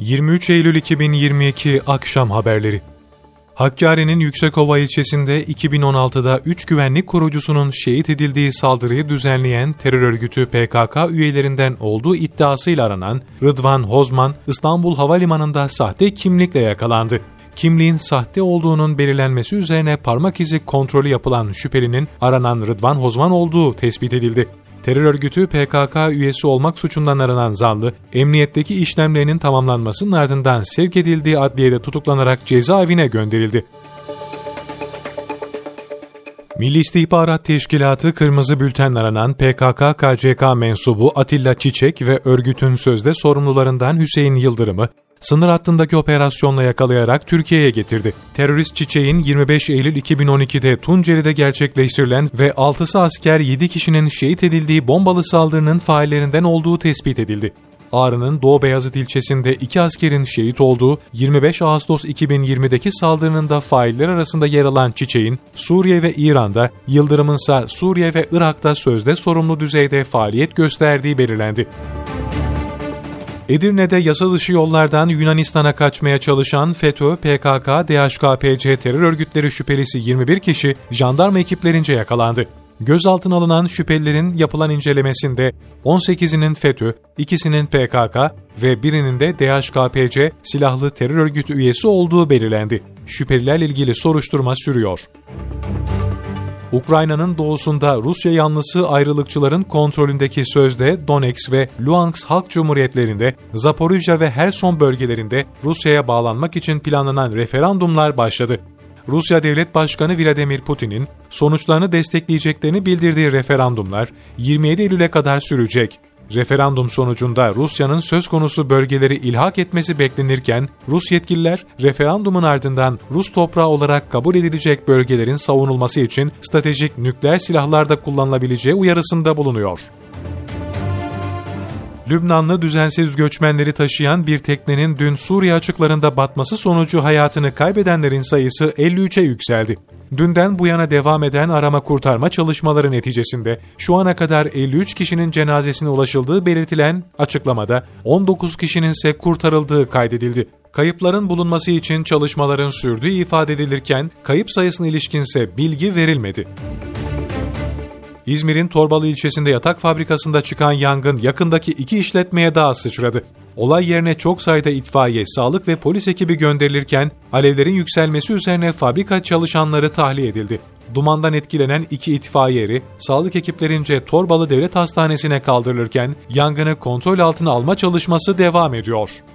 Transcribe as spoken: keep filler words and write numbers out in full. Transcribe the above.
yirmi üç Eylül iki bin yirmi iki Akşam Haberleri. Hakkari'nin Yüksekova ilçesinde iki bin on altıda üç güvenlik korucusunun şehit edildiği saldırıyı düzenleyen terör örgütü P K K üyelerinden olduğu iddiasıyla aranan Rıdvan Hozman, İstanbul Havalimanı'nda sahte kimlikle yakalandı. Kimliğin sahte olduğunun belirlenmesi üzerine parmak izi kontrolü yapılan şüphelinin aranan Rıdvan Hozman olduğu tespit edildi. Terör örgütü P K K üyesi olmak suçundan aranan zanlı, emniyetteki işlemlerinin tamamlanmasının ardından sevk edildiği adliyede tutuklanarak cezaevine gönderildi. Milli İstihbarat Teşkilatı Kırmızı Bülten aranan P K K K C K mensubu Atilla Çiçek ve örgütün sözde sorumlularından Hüseyin Yıldırım'ı sınır hattındaki operasyonla yakalayarak Türkiye'ye getirdi. Terörist Çiçek'in yirmi beş Eylül iki bin on ikide Tunceli'de gerçekleştirilen ve altısı asker yedi kişinin şehit edildiği bombalı saldırının faillerinden olduğu tespit edildi. Ağrı'nın Doğu Beyazıt ilçesinde iki askerin şehit olduğu yirmi beş Ağustos iki bin yirmideki saldırının da failler arasında yer alan Çiçek'in Suriye ve İran'da, Yıldırım'ınsa Suriye ve Irak'ta sözde sorumlu düzeyde faaliyet gösterdiği belirlendi. Edirne'de yasa dışı yollardan Yunanistan'a kaçmaya çalışan FETÖ, P K K, D H K P C terör örgütleri şüphelisi yirmi bir kişi jandarma ekiplerince yakalandı. Gözaltına alınan şüphelilerin yapılan incelemesinde on sekizinin FETÖ, ikisinin P K K ve birinin de D H K P C silahlı terör örgütü üyesi olduğu belirlendi. Şüphelilerle ilgili soruşturma sürüyor. Ukrayna'nın doğusunda Rusya yanlısı ayrılıkçıların kontrolündeki sözde Donetsk ve Luhansk Halk Cumhuriyetlerinde, Zaporijya ve Herson bölgelerinde Rusya'ya bağlanmak için planlanan referandumlar başladı. Rusya Devlet Başkanı Vladimir Putin'in sonuçlarını destekleyeceklerini bildirdiği referandumlar yirmi yedi Eylül'e kadar sürecek. Referandum sonucunda Rusya'nın söz konusu bölgeleri ilhak etmesi beklenirken, Rus yetkililer referandumun ardından Rus toprağı olarak kabul edilecek bölgelerin savunulması için stratejik nükleer silahlarda kullanılabileceği uyarısında bulunuyor. Lübnanlı düzensiz göçmenleri taşıyan bir teknenin dün Suriye açıklarında batması sonucu hayatını kaybedenlerin sayısı elli üçe yükseldi. Dünden bu yana devam eden arama kurtarma çalışmaları neticesinde şu ana kadar elli üç kişinin cenazesine ulaşıldığı belirtilen açıklamada on dokuz kişinin ise kurtarıldığı kaydedildi. Kayıpların bulunması için çalışmaların sürdüğü ifade edilirken kayıp sayısına ilişkinse bilgi verilmedi. İzmir'in Torbalı ilçesinde yatak fabrikasında çıkan yangın yakındaki iki işletmeye daha sıçradı. Olay yerine çok sayıda itfaiye, sağlık ve polis ekibi gönderilirken alevlerin yükselmesi üzerine fabrika çalışanları tahliye edildi. Dumandan etkilenen iki itfaiye eri, sağlık ekiplerince Torbalı Devlet Hastanesi'ne kaldırılırken yangını kontrol altına alma çalışması devam ediyor.